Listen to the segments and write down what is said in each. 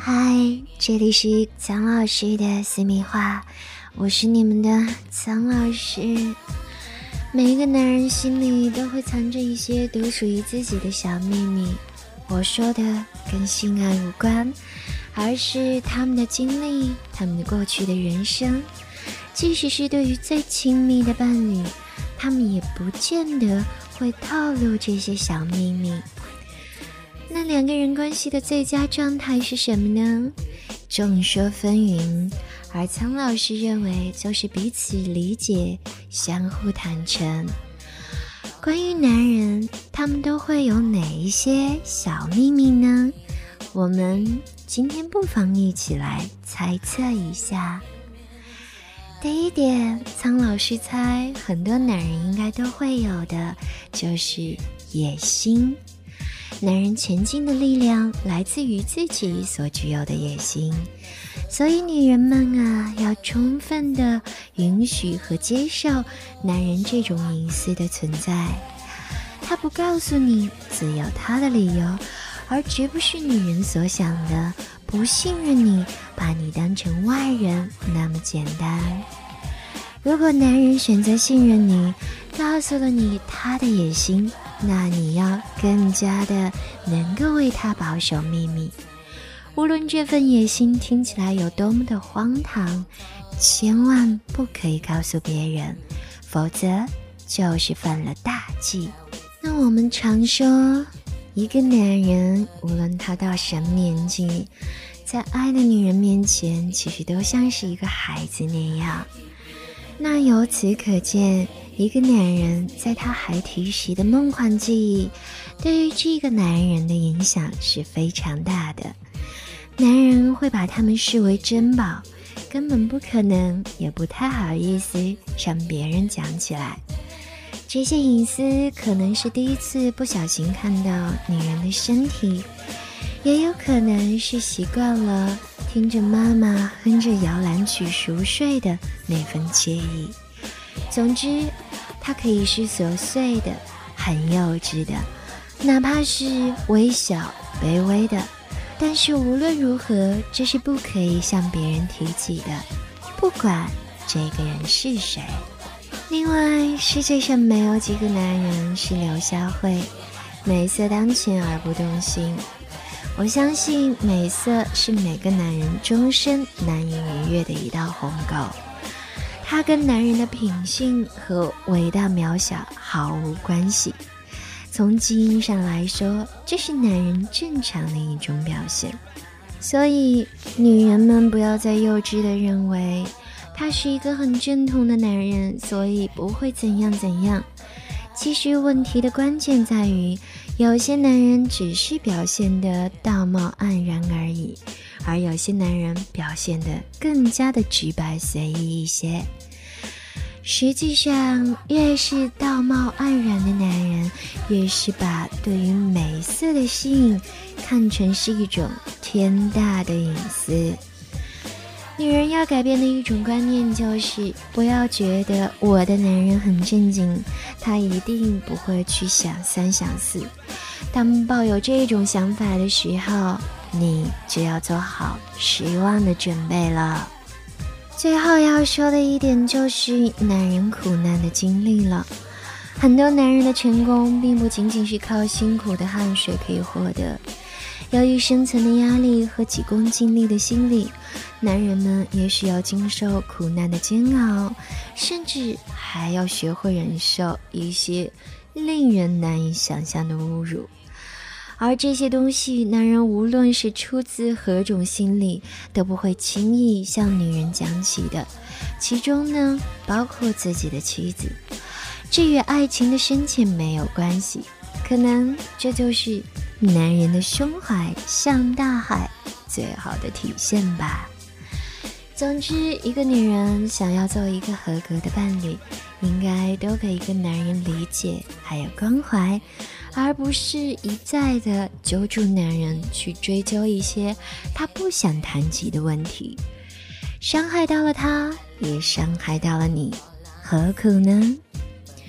嗨，这里是苍老师的私密话，我是你们的苍老师。每一个男人心里都会藏着一些独属于自己的小秘密，我说的跟性爱无关，而是他们的经历，他们的过去的人生。即使是对于最亲密的伴侣，他们也不见得会透露这些小秘密。那两个人关系的最佳状态是什么呢？众说纷纭，而苍老师认为就是彼此理解，相互坦诚。关于男人，他们都会有哪一些小秘密呢？我们今天不妨一起来猜测一下。第一点，苍老师猜很多男人应该都会有的，就是野心。男人前进的力量来自于自己所具有的野心，所以女人们啊，要充分的允许和接受男人这种隐私的存在。他不告诉你，自有他的理由，而绝不是女人所想的不信任你，把你当成外人那么简单。如果男人选择信任你，告诉了你他的野心，那你要更加的能够为他保守秘密。无论这份野心听起来有多么的荒唐，千万不可以告诉别人，否则就是犯了大忌。那我们常说，一个男人无论他到什么年纪，在爱的女人面前其实都像是一个孩子那样。那由此可见，一个男人在他孩提时的梦幻记忆，对于这个男人的影响是非常大的。男人会把他们视为珍宝，根本不可能，也不太好意思让别人讲起来。这些隐私可能是第一次不小心看到女人的身体，也有可能是习惯了听着妈妈哼着摇篮曲熟睡的那份惬意。总之，它可以是琐碎的，很幼稚的，哪怕是微小卑微的，但是无论如何，这是不可以向别人提起的，不管这个人是谁。另外，世界上没有几个男人是刘小慧，美色当前而不动心。我相信美色是每个男人终身难以逾越的一道鸿沟，它跟男人的品性和伟大渺小毫无关系。从基因上来说，这是男人正常的一种表现。所以女人们不要再幼稚地认为他是一个很正统的男人，所以不会怎样怎样。其实问题的关键在于，有些男人只是表现得道貌岸然而已，而有些男人表现得更加的直白随意一些。实际上，越是道貌岸然的男人，越是把对于美色的吸引看成是一种天大的隐私。女人要改变的一种观念就是，不要觉得我的男人很正经，他一定不会去想三想四。当抱有这种想法的时候，你就要做好失望的准备了。最后要说的一点就是男人苦难的经历了。很多男人的成功并不仅仅是靠辛苦的汗水可以获得，由于生存的压力和急功近利的心理，男人们也需要经受苦难的煎熬，甚至还要学会忍受一些令人难以想象的侮辱。而这些东西，男人无论是出自何种心理，都不会轻易向女人讲起的，其中呢，包括自己的妻子。这与爱情的深浅没有关系，可能这就是男人的胸怀像大海最好的体现吧。总之，一个女人想要做一个合格的伴侣，应该多给一个男人理解还有关怀，而不是一再的揪住男人去追究一些他不想谈及的问题，伤害到了他，也伤害到了你，何苦呢？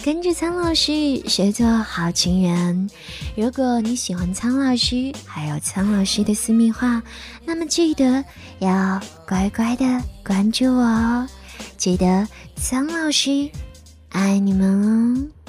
跟着苍老师学做好情人。如果你喜欢苍老师还有苍老师的私密话，那么记得要乖乖的关注我哦。记得苍老师爱你们哦。